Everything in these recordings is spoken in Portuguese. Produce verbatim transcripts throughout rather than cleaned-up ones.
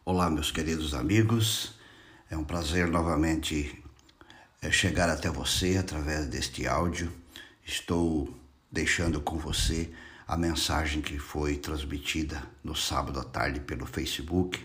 Olá, meus queridos amigos, é um prazer novamente chegar até você através deste áudio. Estou deixando com você a mensagem que foi transmitida no sábado à tarde pelo Facebook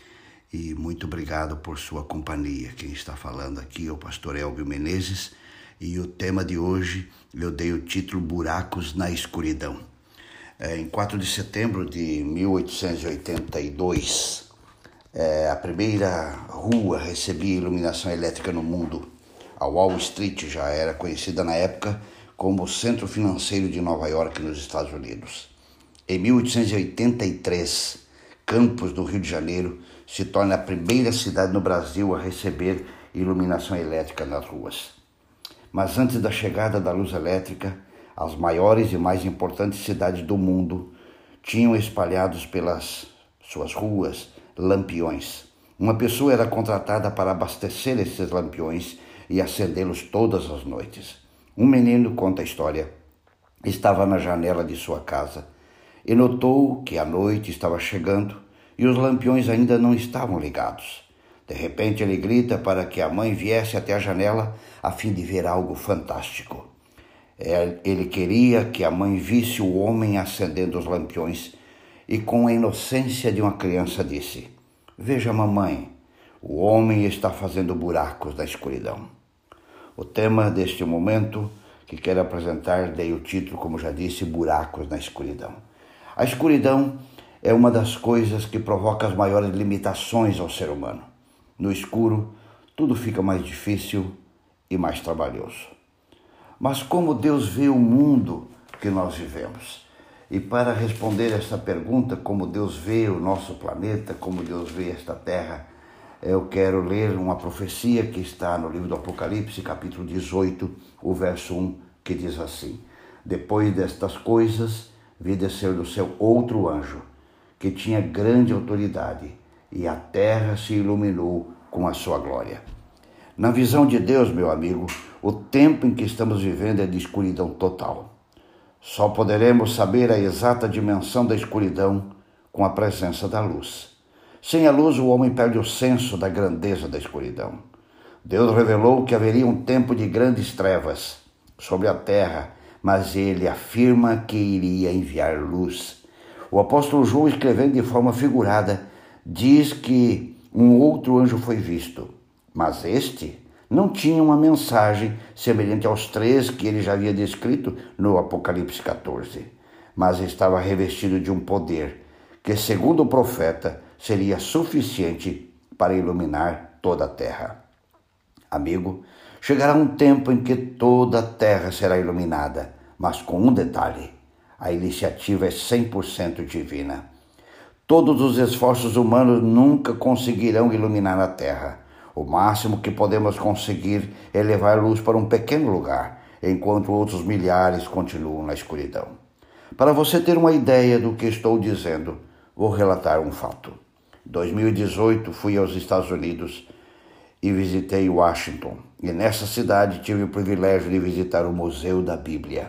e muito obrigado por sua companhia. Quem está falando aqui é o pastor Elvio Menezes e o tema de hoje eu dei o título Buracos na Escuridão. É, em quatro de setembro de mil oitocentos e oitenta e dois, É, a primeira rua recebia iluminação elétrica no mundo. A Wall Street já era conhecida na época como o centro financeiro de Nova York, nos Estados Unidos. Em mil oitocentos e oitenta e três, Campos, no Rio de Janeiro, se torna a primeira cidade no Brasil a receber iluminação elétrica nas ruas. Mas antes da chegada da luz elétrica, as maiores e mais importantes cidades do mundo tinham espalhados pelas suas ruas lampiões. Uma pessoa era contratada para abastecer esses lampiões e acendê-los todas as noites. Um menino, conta a história, estava na janela de sua casa e notou que a noite estava chegando e os lampiões ainda não estavam ligados. De repente ele grita para que a mãe viesse até a janela a fim de ver algo fantástico. Ele queria que a mãe visse o homem acendendo os lampiões e com a inocência de uma criança disse: "Veja, mamãe, o homem está fazendo buracos na escuridão." O tema deste momento que quero apresentar, dei o título, como já disse, Buracos na Escuridão. A escuridão é uma das coisas que provoca as maiores limitações ao ser humano. No escuro, tudo fica mais difícil e mais trabalhoso. Mas como Deus vê o mundo que nós vivemos? E para responder esta pergunta, como Deus vê o nosso planeta, como Deus vê esta terra, eu quero ler uma profecia que está no livro do Apocalipse, capítulo dezoito, o verso um, que diz assim: "Depois destas coisas, vi descer do céu outro anjo, que tinha grande autoridade, e a terra se iluminou com a sua glória." Na visão de Deus, meu amigo, o tempo em que estamos vivendo é de escuridão total. Só poderemos saber a exata dimensão da escuridão com a presença da luz. Sem a luz, o homem perde o senso da grandeza da escuridão. Deus revelou que haveria um tempo de grandes trevas sobre a terra, mas ele afirma que iria enviar luz. O apóstolo João, escrevendo de forma figurada, diz que um outro anjo foi visto, mas este não tinha uma mensagem semelhante aos três que ele já havia descrito no Apocalipse catorze, mas estava revestido de um poder que, segundo o profeta, seria suficiente para iluminar toda a terra. Amigo, chegará um tempo em que toda a terra será iluminada, mas com um detalhe: a iniciativa é cem por cento divina. Todos os esforços humanos nunca conseguirão iluminar a terra. O máximo que podemos conseguir é levar luz para um pequeno lugar, enquanto outros milhares continuam na escuridão. Para você ter uma ideia do que estou dizendo, vou relatar um fato. Em dois mil e dezoito, fui aos Estados Unidos e visitei Washington. E nessa cidade tive o privilégio de visitar o Museu da Bíblia.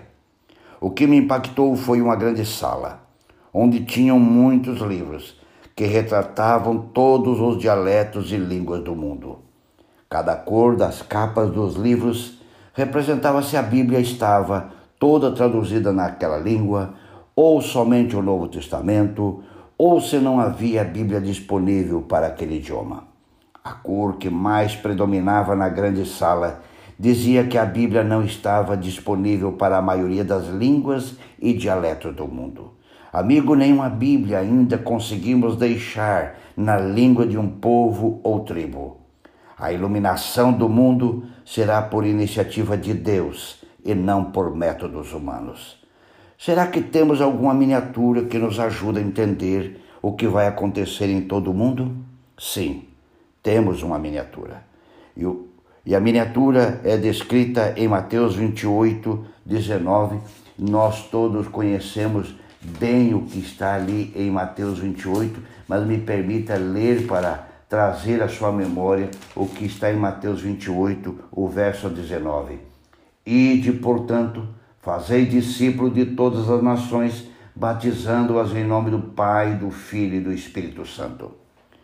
O que me impactou foi uma grande sala, onde tinham muitos livros que retratavam todos os dialetos e línguas do mundo. Cada cor das capas dos livros representava se a Bíblia estava toda traduzida naquela língua, ou somente o Novo Testamento, ou se não havia a Bíblia disponível para aquele idioma. A cor que mais predominava na grande sala dizia que a Bíblia não estava disponível para a maioria das línguas e dialetos do mundo. Amigo, nenhuma Bíblia ainda conseguimos deixar na língua de um povo ou tribo. A iluminação do mundo será por iniciativa de Deus e não por métodos humanos. Será que temos alguma miniatura que nos ajuda a entender o que vai acontecer em todo o mundo? Sim, temos uma miniatura. E, o, e a miniatura é descrita em Mateus vinte e oito, dezenove. Nós todos conhecemos bem o que está ali em Mateus vinte e oito, mas me permita ler para trazer à sua memória o que está em Mateus vinte e oito, o verso dezenove. "Ide, portanto, fazei discípulos de todas as nações, batizando-as em nome do Pai, do Filho e do Espírito Santo."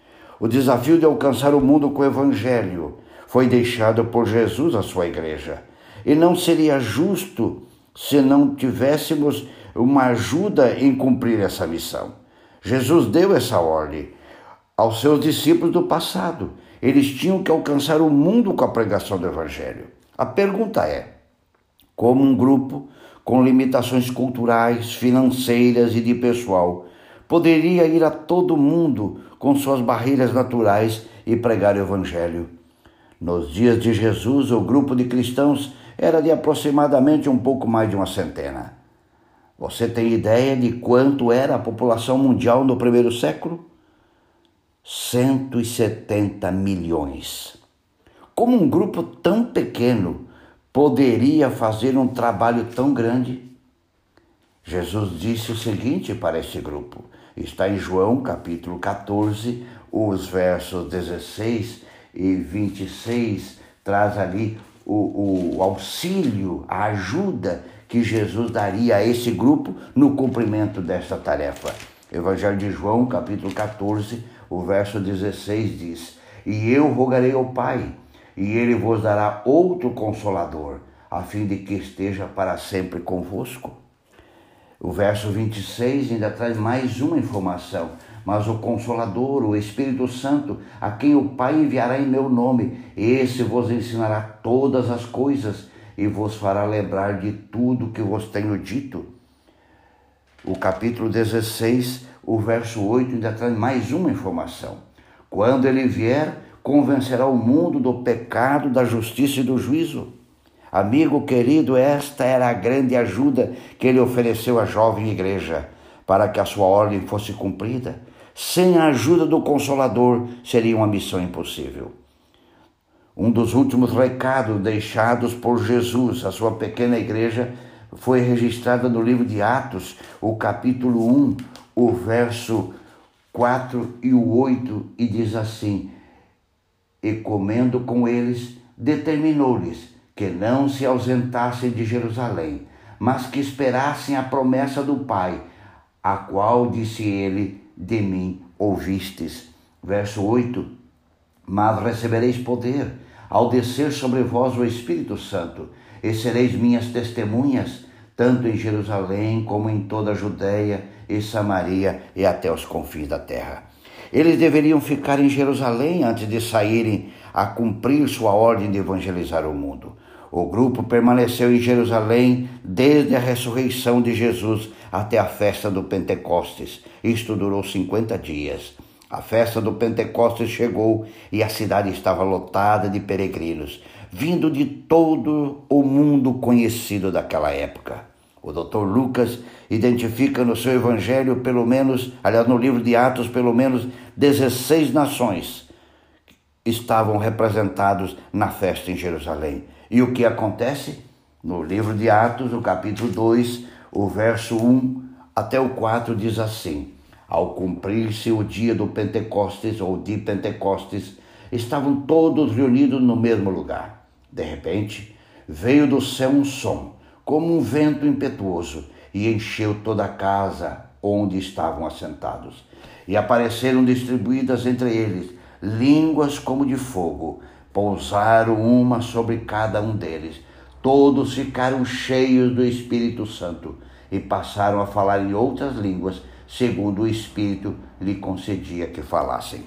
O desafio de alcançar o mundo com o Evangelho foi deixado por Jesus à sua igreja. E não seria justo se não tivéssemos uma ajuda em cumprir essa missão. Jesus deu essa ordem aos seus discípulos do passado. Eles tinham que alcançar o mundo com a pregação do Evangelho. A pergunta é: como um grupo com limitações culturais, financeiras e de pessoal poderia ir a todo mundo com suas barreiras naturais e pregar o Evangelho? Nos dias de Jesus, o grupo de cristãos era de aproximadamente um pouco mais de uma centena. Você tem ideia de quanto era a população mundial no primeiro século? cento e setenta milhões. Como um grupo tão pequeno poderia fazer um trabalho tão grande? Jesus disse o seguinte para esse grupo. Está em João capítulo quatorze, os versos dezesseis e vinte e seis, traz ali o, o auxílio, a ajuda que Jesus daria a esse grupo no cumprimento desta tarefa. Evangelho de João, capítulo quatorze, o verso dezesseis diz: E eu rogarei ao Pai, e ele vos dará outro Consolador, a fim de que esteja para sempre convosco. O verso vinte e seis ainda traz mais uma informação. Mas o Consolador, o Espírito Santo, a quem o Pai enviará em meu nome, esse vos ensinará todas as coisas e vos fará lembrar de tudo que vos tenho dito. O capítulo dezesseis, o verso oito, ainda traz mais uma informação. Quando ele vier, convencerá o mundo do pecado, da justiça e do juízo. Amigo querido, esta era a grande ajuda que ele ofereceu à jovem igreja, para que a sua ordem fosse cumprida. Sem a ajuda do Consolador, seria uma missão impossível. Um dos últimos recados deixados por Jesus à sua pequena igreja foi registrado no livro de Atos, o capítulo um, o verso quatro e o oito, e diz assim: E comendo com eles, determinou-lhes que não se ausentassem de Jerusalém, mas que esperassem a promessa do Pai, a qual disse ele: de mim ouvistes. Verso oito: Mas recebereis poder ao descer sobre vós o Espírito Santo, e sereis minhas testemunhas, tanto em Jerusalém como em toda a Judeia e Samaria e até os confins da terra. Eles deveriam ficar em Jerusalém antes de saírem a cumprir sua ordem de evangelizar o mundo. O grupo permaneceu em Jerusalém desde a ressurreição de Jesus até a festa do Pentecostes. Isto durou cinquenta dias. A festa do Pentecostes chegou e a cidade estava lotada de peregrinos, vindo de todo o mundo conhecido daquela época. O doutor Lucas identifica no seu evangelho pelo menos, aliás, no livro de Atos, pelo menos dezesseis nações estavam representados na festa em Jerusalém. E o que acontece? No livro de Atos, no capítulo dois, o verso um até o quatro diz assim: Ao cumprir-se o dia do Pentecostes, ou de Pentecostes, estavam todos reunidos no mesmo lugar. De repente, veio do céu um som, como um vento impetuoso, e encheu toda a casa onde estavam assentados. E apareceram distribuídas entre eles línguas como de fogo, pousaram uma sobre cada um deles. Todos ficaram cheios do Espírito Santo e passaram a falar em outras línguas, segundo o Espírito lhe concedia que falassem.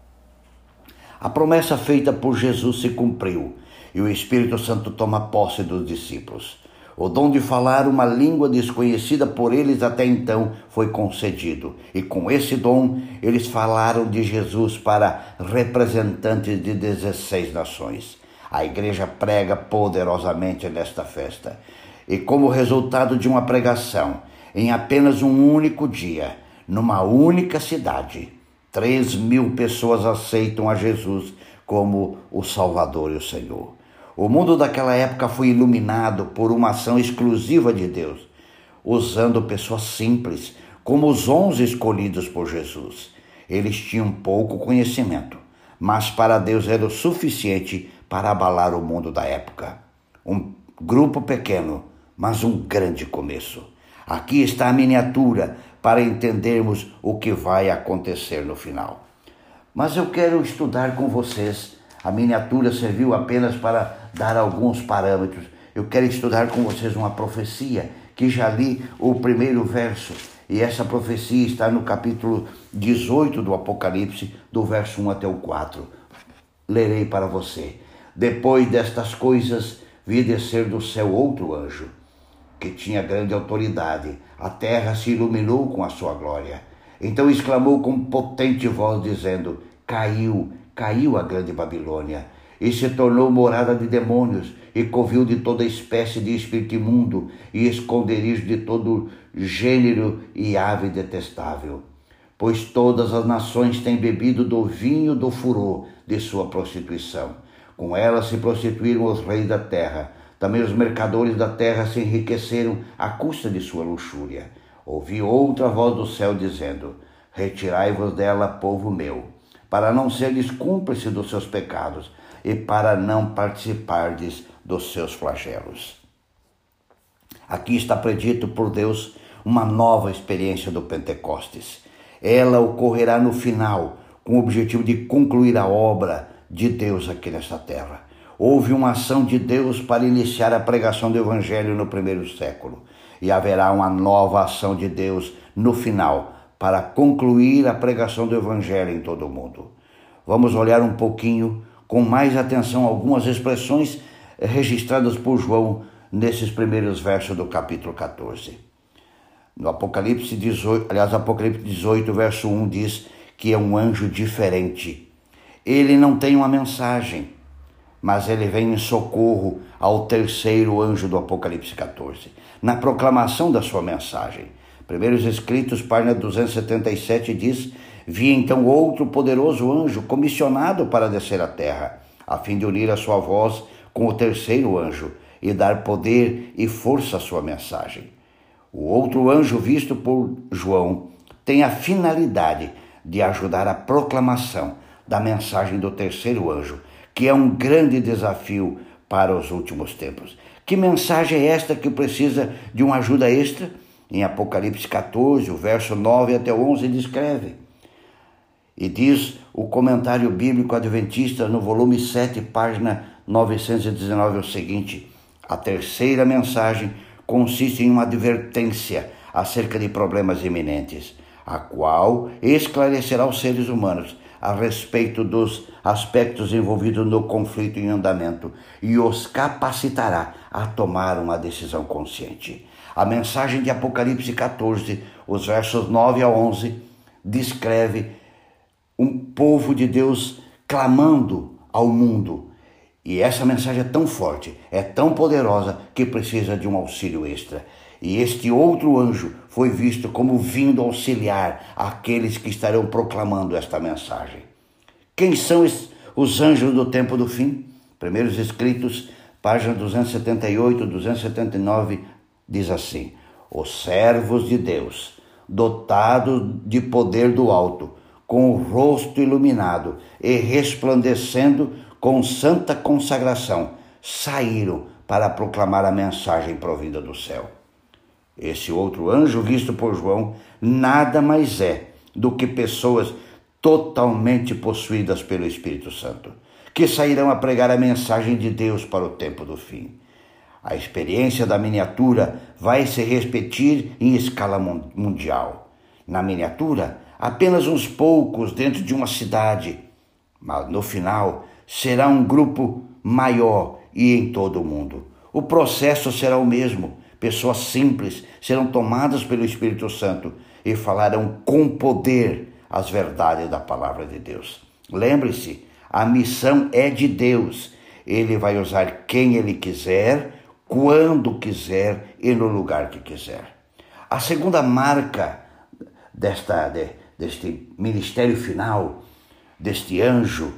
A promessa feita por Jesus se cumpriu e o Espírito Santo toma posse dos discípulos. O dom de falar uma língua desconhecida por eles até então foi concedido. E com esse dom, eles falaram de Jesus para representantes de dezesseis nações. A igreja prega poderosamente nesta festa. E como resultado de uma pregação, em apenas um único dia, numa única cidade, três mil pessoas aceitam a Jesus como o Salvador e o Senhor. O mundo daquela época foi iluminado por uma ação exclusiva de Deus, usando pessoas simples, como os onze escolhidos por Jesus. Eles tinham pouco conhecimento, mas para Deus era o suficiente para abalar o mundo da época. Um grupo pequeno, mas um grande começo. Aqui está a miniatura para entendermos o que vai acontecer no final. Mas eu quero estudar com vocês. A miniatura serviu apenas para dar alguns parâmetros. Eu quero estudar com vocês uma profecia, que já li o primeiro verso. E essa profecia está no capítulo dezoito do Apocalipse, do verso um até o quatro. Lerei para você. Depois destas coisas, vi descer do céu outro anjo, que tinha grande autoridade. A terra se iluminou com a sua glória. Então exclamou com potente voz, dizendo: Caiu, caiu a grande Babilônia, e se tornou morada de demônios, e covil de toda espécie de espírito imundo, e esconderijo de todo gênero e ave detestável. Pois todas as nações têm bebido do vinho do furor de sua prostituição. Com ela se prostituíram os reis da terra. Também os mercadores da terra se enriqueceram à custa de sua luxúria. Ouvi outra voz do céu dizendo: Retirai-vos dela, povo meu, para não seres cúmplice dos seus pecados e para não participardes dos seus flagelos. Aqui está predito por Deus uma nova experiência do Pentecostes. Ela ocorrerá no final, com o objetivo de concluir a obra de Deus aqui nesta terra. Houve uma ação de Deus para iniciar a pregação do Evangelho no primeiro século, e haverá uma nova ação de Deus no final, para concluir a pregação do Evangelho em todo o mundo. Vamos olhar um pouquinho com mais atenção algumas expressões registradas por João nesses primeiros versos do capítulo catorze. No Apocalipse dezoito, aliás, Apocalipse dezoito, verso um diz que é um anjo diferente. Ele não tem uma mensagem, mas ele vem em socorro ao terceiro anjo do Apocalipse catorze, na proclamação da sua mensagem. Primeiros Escritos, página duzentos e setenta e sete, diz: Vi então outro poderoso anjo comissionado para descer à terra, a fim de unir a sua voz com o terceiro anjo e dar poder e força à sua mensagem. O outro anjo visto por João tem a finalidade de ajudar a proclamação da mensagem do terceiro anjo, que é um grande desafio para os últimos tempos. Que mensagem é esta que precisa de uma ajuda extra? Em Apocalipse catorze, o verso nove até onze, descreve. E diz o comentário bíblico adventista no volume sete, página novecentos e dezenove, o seguinte: a terceira mensagem consiste em uma advertência acerca de problemas iminentes, a qual esclarecerá os seres humanos a respeito dos aspectos envolvidos no conflito em andamento e os capacitará a tomar uma decisão consciente. A mensagem de Apocalipse catorze, os versos nove a onze, descreve um povo de Deus clamando ao mundo. E essa mensagem é tão forte, é tão poderosa, que precisa de um auxílio extra. E este outro anjo foi visto como vindo auxiliar aqueles que estarão proclamando esta mensagem. Quem são os anjos do tempo do fim? Primeiros Escritos, página duzentos e setenta e oito, duzentos e setenta e nove, diz assim: os servos de Deus, dotados de poder do alto, com o rosto iluminado e resplandecendo com santa consagração, saíram para proclamar a mensagem provinda do céu. Esse outro anjo visto por João nada mais é do que pessoas totalmente possuídas pelo Espírito Santo, que sairão a pregar a mensagem de Deus para o tempo do fim. A experiência da miniatura vai se repetir em escala mundial. Na miniatura, apenas uns poucos dentro de uma cidade, mas no final será um grupo maior e em todo o mundo. O processo será o mesmo. Pessoas simples serão tomadas pelo Espírito Santo e falarão com poder as verdades da palavra de Deus. Lembre-se, a missão é de Deus. Ele vai usar quem Ele quiser, quando quiser e no lugar que quiser. A segunda marca desta, de, deste ministério final, deste anjo,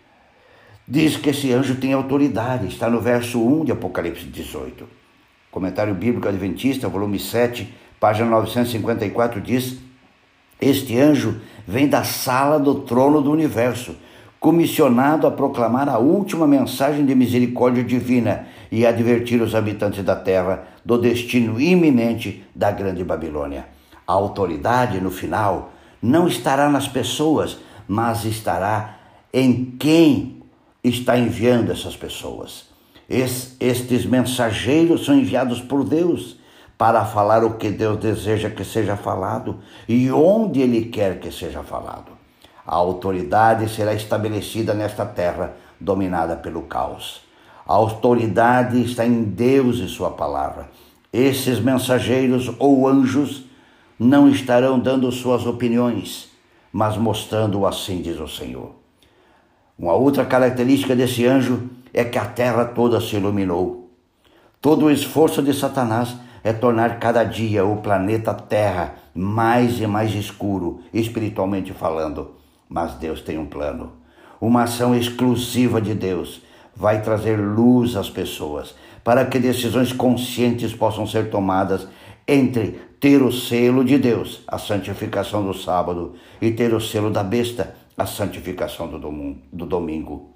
diz que esse anjo tem autoridade. Está no verso um de Apocalipse dezoito. Comentário Bíblico Adventista, volume sete, página novecentos e cinquenta e quatro, diz: este anjo vem da sala do trono do universo, comissionado a proclamar a última mensagem de misericórdia divina e advertir os habitantes da terra do destino iminente da grande Babilônia. A autoridade, no final, não estará nas pessoas, mas estará em quem está enviando essas pessoas. Es, estes mensageiros são enviados por Deus para falar o que Deus deseja que seja falado e onde Ele quer que seja falado. A autoridade será estabelecida nesta terra dominada pelo caos. A autoridade está em Deus e sua palavra. Esses mensageiros ou anjos não estarão dando suas opiniões, mas mostrando assim diz o Senhor. Uma outra característica desse anjo é que a terra toda se iluminou. Todo o esforço de Satanás é tornar cada dia o planeta Terra mais e mais escuro, espiritualmente falando. Mas Deus tem um plano. Uma ação exclusiva de Deus vai trazer luz às pessoas, para que decisões conscientes possam ser tomadas entre ter o selo de Deus, a santificação do sábado, e ter o selo da besta, a santificação do domingo.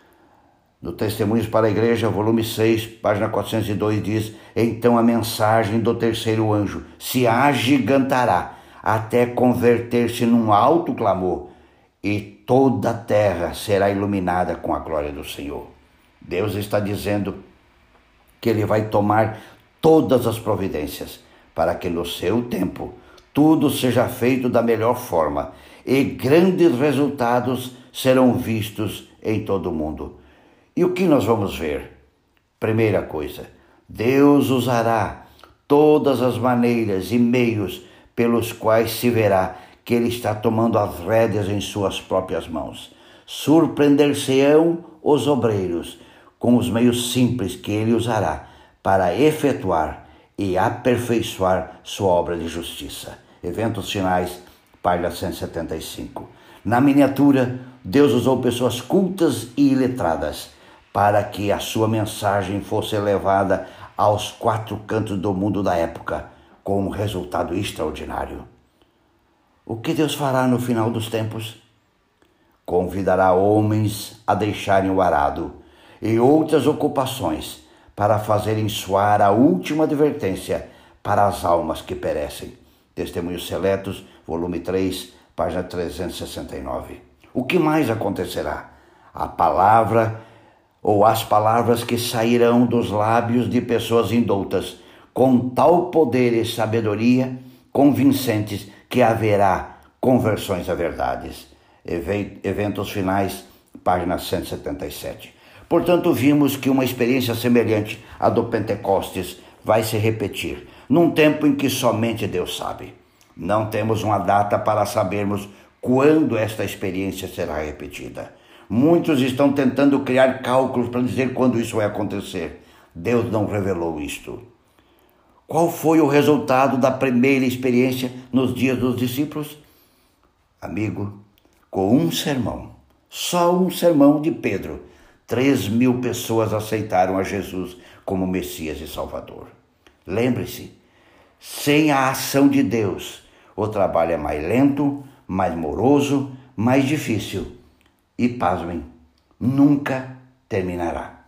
No Testemunhos para a Igreja, volume seis, página quatrocentos e dois, diz: então a mensagem do terceiro anjo se agigantará até converter-se num alto clamor, e toda a terra será iluminada com a glória do Senhor. Deus está dizendo que Ele vai tomar todas as providências para que no seu tempo tudo seja feito da melhor forma e grandes resultados serão vistos em todo o mundo. E o que nós vamos ver? Primeira coisa, Deus usará todas as maneiras e meios pelos quais se verá que Ele está tomando as rédeas em suas próprias mãos. Surpreender-se-ão os obreiros com os meios simples que Ele usará para efetuar e aperfeiçoar sua obra de justiça. Eventos Finais, página cento e setenta e cinco. Na miniatura, Deus usou pessoas cultas e iletradas para que a sua mensagem fosse levada aos quatro cantos do mundo da época, com um resultado extraordinário. O que Deus fará no final dos tempos? Convidará homens a deixarem o arado e outras ocupações para fazerem soar a última advertência para as almas que perecem. Testemunhos Seletos, volume três, página trezentos e sessenta e nove. O que mais acontecerá? A palavra ou as palavras que sairão dos lábios de pessoas indoutas, com tal poder e sabedoria convincentes que haverá conversões a verdades. Eventos Finais, página cento e setenta e sete. Portanto, vimos que uma experiência semelhante à do Pentecostes vai se repetir, num tempo em que somente Deus sabe. Não temos uma data para sabermos quando esta experiência será repetida. Muitos estão tentando criar cálculos para dizer quando isso vai acontecer. Deus não revelou isto. Qual foi o resultado da primeira experiência nos dias dos discípulos? Amigo, com um sermão, só um sermão de Pedro, três mil pessoas aceitaram a Jesus como Messias e Salvador. Lembre-se, sem a ação de Deus, o trabalho é mais lento, mais moroso, mais difícil. E, pasmem, nunca terminará.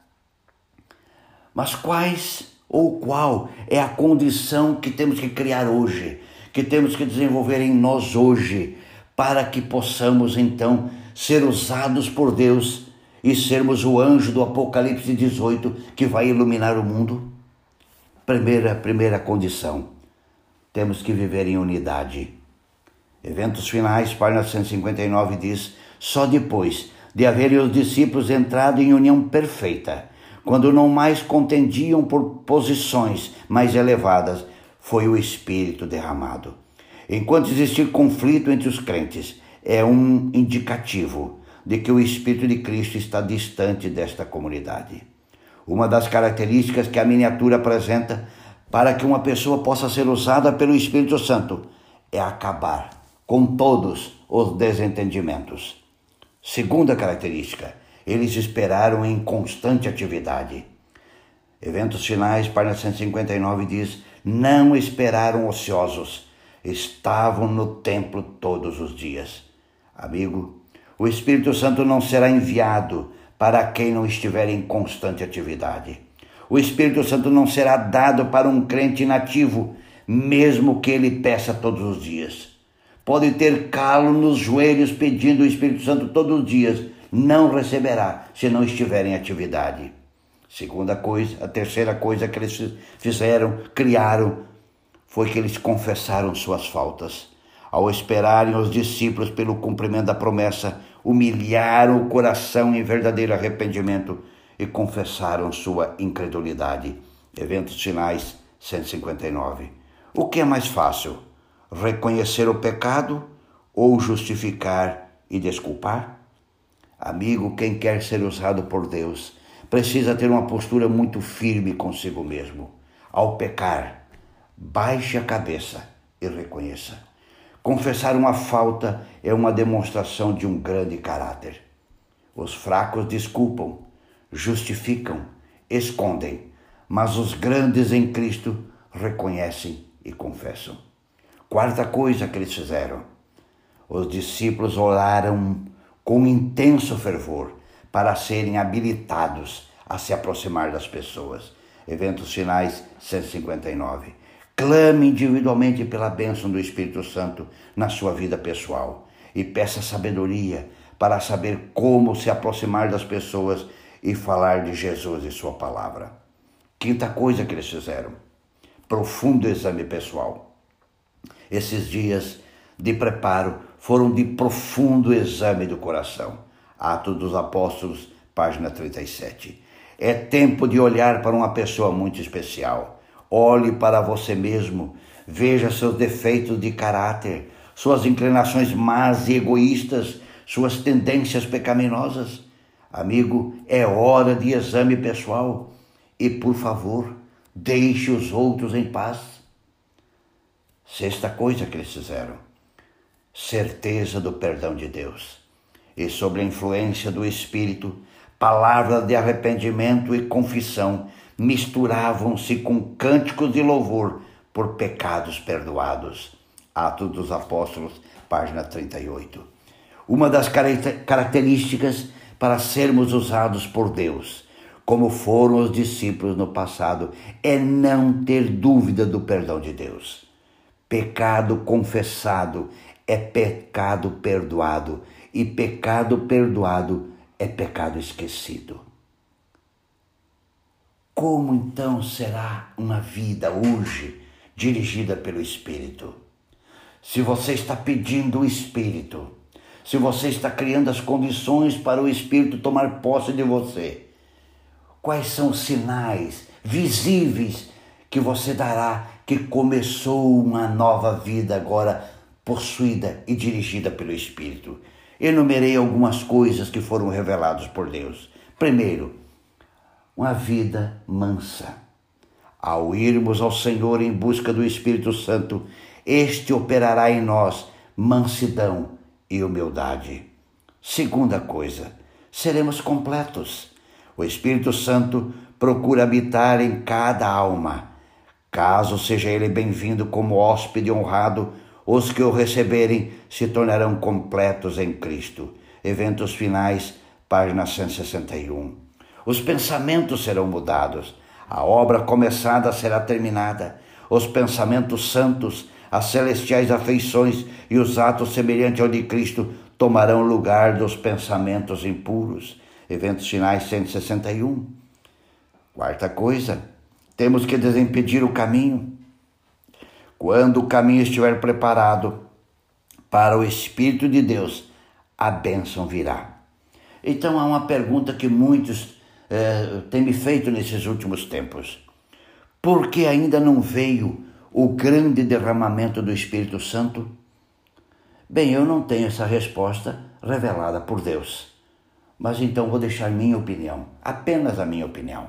Mas quais ou qual é a condição que temos que criar hoje, que temos que desenvolver em nós hoje, para que possamos, então, ser usados por Deus e sermos o anjo do Apocalipse dezoito que vai iluminar o mundo? Primeira, primeira condição, temos que viver em unidade. Eventos Finais, página cento e cinquenta e nove, diz: só depois de haverem os discípulos entrado em união perfeita, quando não mais contendiam por posições mais elevadas, foi o Espírito derramado. Enquanto existir conflito entre os crentes, é um indicativo de que o Espírito de Cristo está distante desta comunidade. Uma das características que a miniatura apresenta para que uma pessoa possa ser usada pelo Espírito Santo é acabar com todos os desentendimentos. Segunda característica, eles esperaram em constante atividade. Eventos Finais, página cento e cinquenta e nove, diz: não esperaram ociosos, estavam no templo todos os dias. Amigo, o Espírito Santo não será enviado para quem não estiver em constante atividade. O Espírito Santo não será dado para um crente inativo, mesmo que ele peça todos os dias. pode ter calo nos joelhos pedindo o Espírito Santo todos os dias, não receberá se não estiver em atividade. Segunda coisa, a terceira coisa que eles fizeram, criaram, foi que eles confessaram suas faltas. Ao esperarem os discípulos pelo cumprimento da promessa, humilharam o coração em verdadeiro arrependimento e confessaram sua incredulidade. Eventos Finais cento e cinquenta e nove. O que é mais fácil? Reconhecer o pecado ou justificar e desculpar? Amigo, quem quer ser usado por Deus precisa ter uma postura muito firme consigo mesmo. Ao pecar, baixe a cabeça e reconheça. Confessar uma falta é uma demonstração de um grande caráter. Os fracos desculpam, justificam, escondem, mas os grandes em Cristo reconhecem e confessam. Quarta coisa que eles fizeram: os discípulos oraram com intenso fervor para serem habilitados a se aproximar das pessoas. Eventos Finais cento e cinquenta e nove. Clame individualmente pela bênção do Espírito Santo na sua vida pessoal e peça sabedoria para saber como se aproximar das pessoas e falar de Jesus e sua palavra. Quinta coisa que eles fizeram: profundo exame pessoal. Esses dias de preparo foram de profundo exame do coração. Atos dos Apóstolos, página trinta e sete. É tempo de olhar para uma pessoa muito especial. Olhe para você mesmo, veja seus defeitos de caráter, suas inclinações más e egoístas, suas tendências pecaminosas. Amigo, é hora de exame pessoal e, por favor, deixe os outros em paz. Sexta coisa que eles fizeram: certeza do perdão de Deus. E sob a influência do Espírito, palavras de arrependimento e confissão misturavam-se com cânticos de louvor por pecados perdoados. Atos dos Apóstolos, página trinta e oito. Uma das características para sermos usados por Deus, como foram os discípulos no passado, é não ter dúvida do perdão de Deus. Pecado confessado é pecado perdoado, e pecado perdoado é pecado esquecido. Como então será uma vida hoje dirigida pelo Espírito? Se você está pedindo o Espírito, se você está criando as condições para o Espírito tomar posse de você, quais são os sinais visíveis que você dará que começou uma nova vida agora possuída e dirigida pelo Espírito? Enumerei algumas coisas que foram reveladas por Deus. Primeiro, uma vida mansa. Ao irmos ao Senhor em busca do Espírito Santo, este operará em nós mansidão e humildade. Segunda coisa, seremos completos. O Espírito Santo procura habitar em cada alma. Caso seja ele bem-vindo como hóspede honrado, os que o receberem se tornarão completos em Cristo. Eventos Finais, página cento e sessenta e um. Os pensamentos serão mudados. A obra começada será terminada. Os pensamentos santos, as celestiais afeições e os atos semelhantes ao de Cristo tomarão lugar dos pensamentos impuros. Eventos Finais cento e sessenta e um. Quarta coisa, temos que desimpedir o caminho. Quando o caminho estiver preparado para o Espírito de Deus, a bênção virá. Então há uma pergunta que muitos eh, têm me feito nesses últimos tempos. Por que ainda não veio o grande derramamento do Espírito Santo? Bem, eu não tenho essa resposta revelada por Deus. Mas então vou deixar minha opinião, apenas a minha opinião.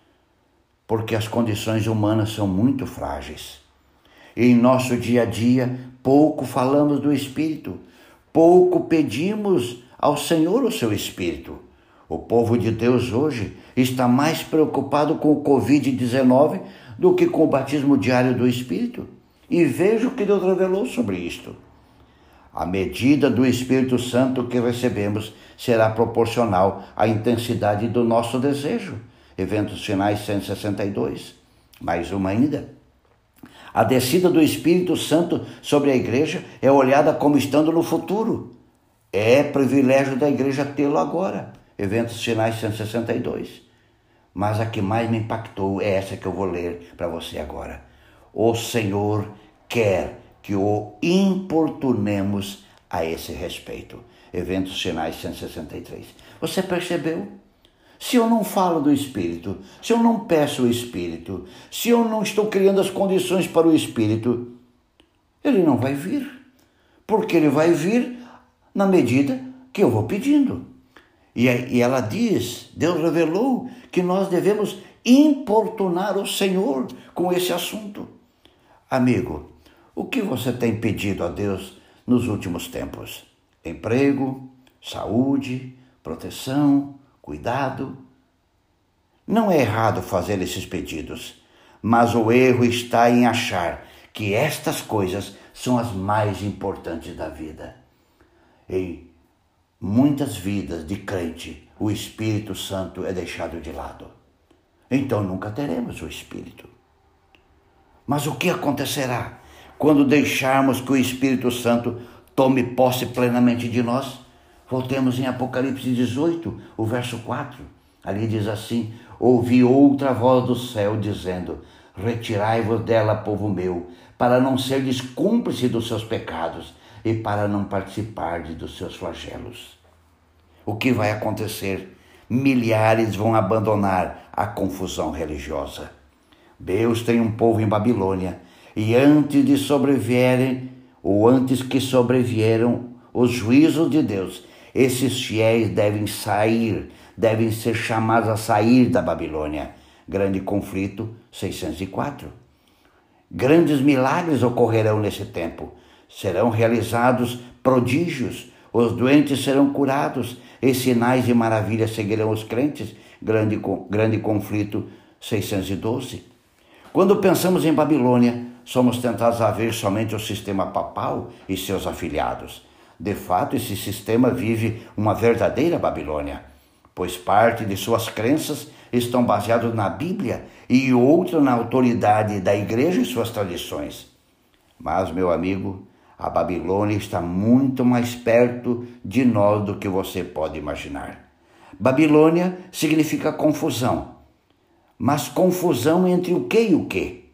Porque as condições humanas são muito frágeis. E em nosso dia a dia, pouco falamos do Espírito, pouco pedimos ao Senhor o seu Espírito. O povo de Deus hoje está mais preocupado com o covid dezenove do que com o batismo diário do Espírito. E veja o que Deus revelou sobre isto. A medida do Espírito Santo que recebemos será proporcional à intensidade do nosso desejo. Eventos Finais cento e sessenta e dois. Mais uma ainda. A descida do Espírito Santo sobre a igreja é olhada como estando no futuro. É privilégio da igreja tê-lo agora. Eventos Finais cento e sessenta e dois. Mas a que mais me impactou é essa que eu vou ler para você agora. O Senhor quer que o importunemos a esse respeito. Eventos Finais cento e sessenta e três. Você percebeu? Se eu não falo do Espírito, se eu não peço o Espírito, se eu não estou criando as condições para o Espírito, ele não vai vir. Porque ele vai vir na medida que eu vou pedindo. E, e ela diz, Deus revelou que nós devemos importunar o Senhor com esse assunto. Amigo, o que você tem pedido a Deus nos últimos tempos? Emprego, saúde, proteção, cuidado. Não é errado fazer esses pedidos, mas o erro está em achar que estas coisas são as mais importantes da vida. Em muitas vidas de crente, o Espírito Santo é deixado de lado. Então nunca teremos o Espírito. Mas o que acontecerá quando deixarmos que o Espírito Santo tome posse plenamente de nós? Voltemos em Apocalipse dezoito, o verso quatro. Ali diz assim: ouvi outra voz do céu dizendo: retirai-vos dela, povo meu, para não serdes cúmplice dos seus pecados e para não participardes dos seus flagelos. O que vai acontecer? Milhares vão abandonar a confusão religiosa. Deus tem um povo em Babilônia, e antes de sobrevierem, ou antes que sobrevieram os juízos de Deus, esses fiéis devem sair, devem ser chamados a sair da Babilônia. Grande conflito, seiscentos e quatro. Grandes milagres ocorrerão nesse tempo. Serão realizados prodígios, os doentes serão curados, e sinais e maravilhas seguirão os crentes. Grande, grande conflito, seiscentos e doze. Quando pensamos em Babilônia, somos tentados a ver somente o sistema papal e seus afiliados. De fato, esse sistema vive uma verdadeira Babilônia, pois parte de suas crenças estão baseadas na Bíblia e outra na autoridade da igreja e suas tradições. Mas, meu amigo, a Babilônia está muito mais perto de nós do que você pode imaginar. Babilônia significa confusão. Mas confusão entre o que e o que?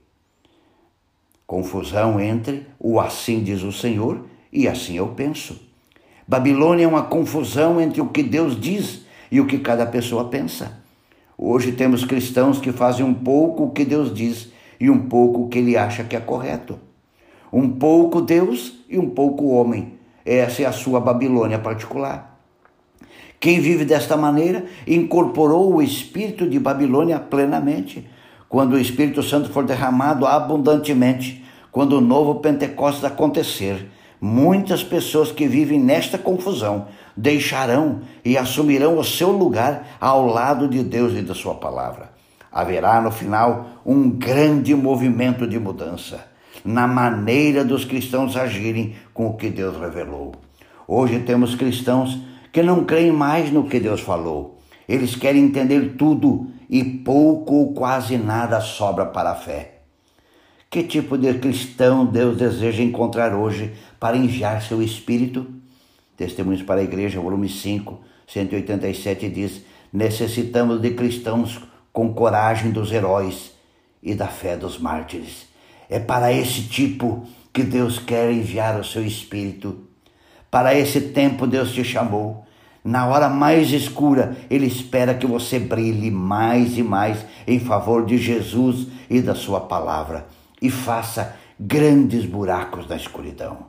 Confusão entre o assim diz o Senhor e assim eu penso. Babilônia é uma confusão entre o que Deus diz e o que cada pessoa pensa. Hoje temos cristãos que fazem um pouco o que Deus diz e um pouco o que ele acha que é correto. Um pouco Deus e um pouco homem. Essa é a sua Babilônia particular. Quem vive desta maneira incorporou o espírito de Babilônia plenamente. Quando o Espírito Santo for derramado abundantemente, quando o novo Pentecostes acontecer, muitas pessoas que vivem nesta confusão deixarão e assumirão o seu lugar ao lado de Deus e da sua palavra. Haverá no final um grande movimento de mudança na maneira dos cristãos agirem com o que Deus revelou. Hoje temos cristãos que não creem mais no que Deus falou. Eles querem entender tudo e pouco ou quase nada sobra para a fé. Que tipo de cristão Deus deseja encontrar hoje para enviar seu Espírito? Testemunhos para a Igreja, volume cinco, cento e oitenta e sete diz: necessitamos de cristãos com coragem dos heróis e da fé dos mártires. É para esse tipo que Deus quer enviar o seu Espírito. Para esse tempo Deus te chamou. Na hora mais escura, Ele espera que você brilhe mais e mais em favor de Jesus e da sua palavra e faça grandes buracos na escuridão.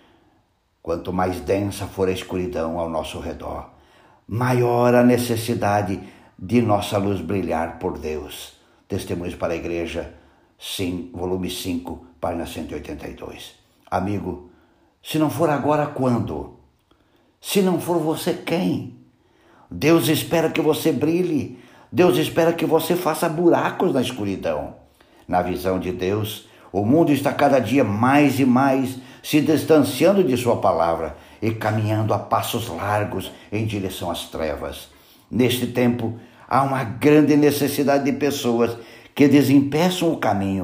Quanto mais densa for a escuridão ao nosso redor, maior a necessidade de nossa luz brilhar por Deus. Testemunhos para a Igreja, sim, volume cinco, página cento e oitenta e dois. Amigo, se não for agora, quando? Se não for você, quem? Deus espera que você brilhe. Deus espera que você faça buracos na escuridão. Na visão de Deus, o mundo está cada dia mais e mais se distanciando de sua palavra e caminhando a passos largos em direção às trevas. Neste tempo, há uma grande necessidade de pessoas que desempeçam o caminho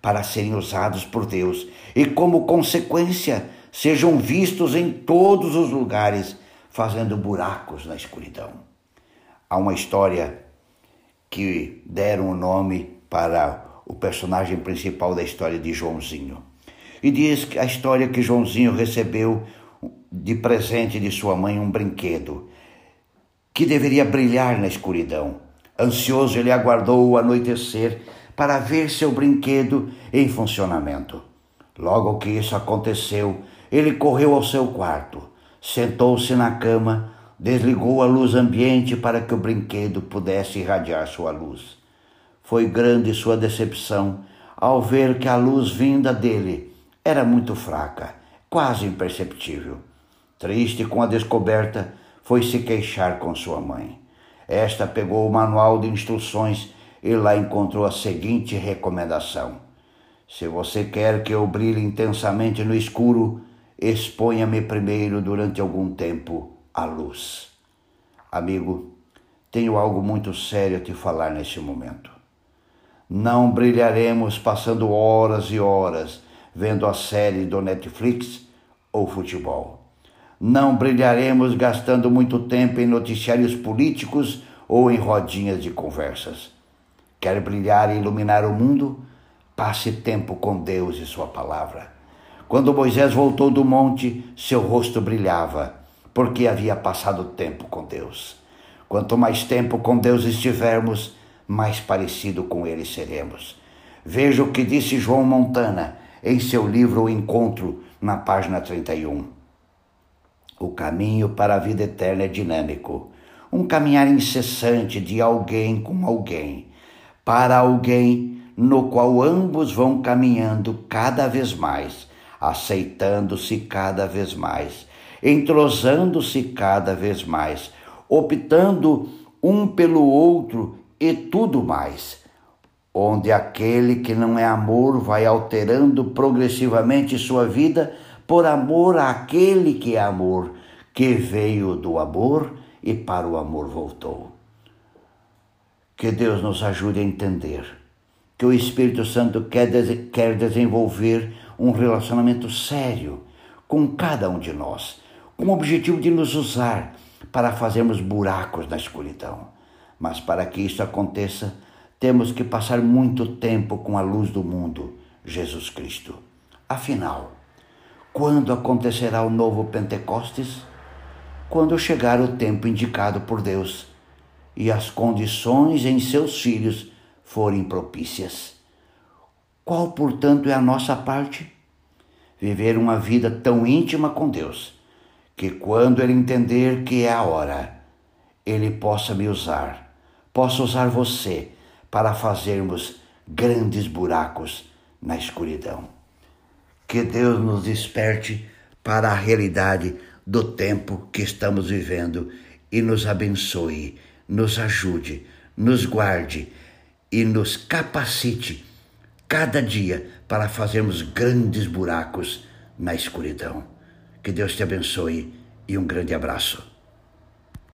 para serem usados por Deus e, como consequência, sejam vistos em todos os lugares, fazendo buracos na escuridão. Há uma história que deram o nome para o personagem principal da história de Joãozinho. E diz que a história que Joãozinho recebeu de presente de sua mãe um brinquedo que deveria brilhar na escuridão. Ansioso, ele aguardou o anoitecer para ver seu brinquedo em funcionamento. Logo que isso aconteceu, ele correu ao seu quarto, sentou-se na cama, desligou a luz ambiente para que o brinquedo pudesse irradiar sua luz. Foi grande sua decepção ao ver que a luz vinda dele era muito fraca, quase imperceptível. Triste com a descoberta, foi se queixar com sua mãe. Esta pegou o manual de instruções e lá encontrou a seguinte recomendação: se você quer que eu brilhe intensamente no escuro, exponha-me primeiro durante algum tempo à luz. Amigo, tenho algo muito sério a te falar neste momento. Não brilharemos passando horas e horas vendo a série do Netflix ou futebol. Não brilharemos gastando muito tempo em noticiários políticos ou em rodinhas de conversas. Quer brilhar e iluminar o mundo? Passe tempo com Deus e sua palavra. Quando Moisés voltou do monte, seu rosto brilhava, porque havia passado tempo com Deus. Quanto mais tempo com Deus estivermos, mais parecido com Ele seremos. Veja o que disse João Montana em seu livro O Encontro, na página trinta e um. O caminho para a vida eterna é dinâmico, um caminhar incessante de alguém com alguém, para alguém no qual ambos vão caminhando cada vez mais, aceitando-se cada vez mais, entrosando-se cada vez mais, optando um pelo outro e tudo mais, onde aquele que não é amor vai alterando progressivamente sua vida por amor àquele que é amor, que veio do amor e para o amor voltou. Que Deus nos ajude a entender que o Espírito Santo quer, des- quer desenvolver um relacionamento sério com cada um de nós, com o objetivo de nos usar para fazermos buracos na escuridão. Mas para que isso aconteça, temos que passar muito tempo com a luz do mundo, Jesus Cristo. Afinal, quando acontecerá o novo Pentecostes? Quando chegar o tempo indicado por Deus e as condições em seus filhos forem propícias. Qual, portanto, é a nossa parte? Viver uma vida tão íntima com Deus, que quando Ele entender que é a hora, Ele possa me usar, possa usar você para fazermos grandes buracos na escuridão. Que Deus nos desperte para a realidade do tempo que estamos vivendo e nos abençoe, nos ajude, nos guarde e nos capacite cada dia para fazermos grandes buracos na escuridão. Que Deus te abençoe e um grande abraço.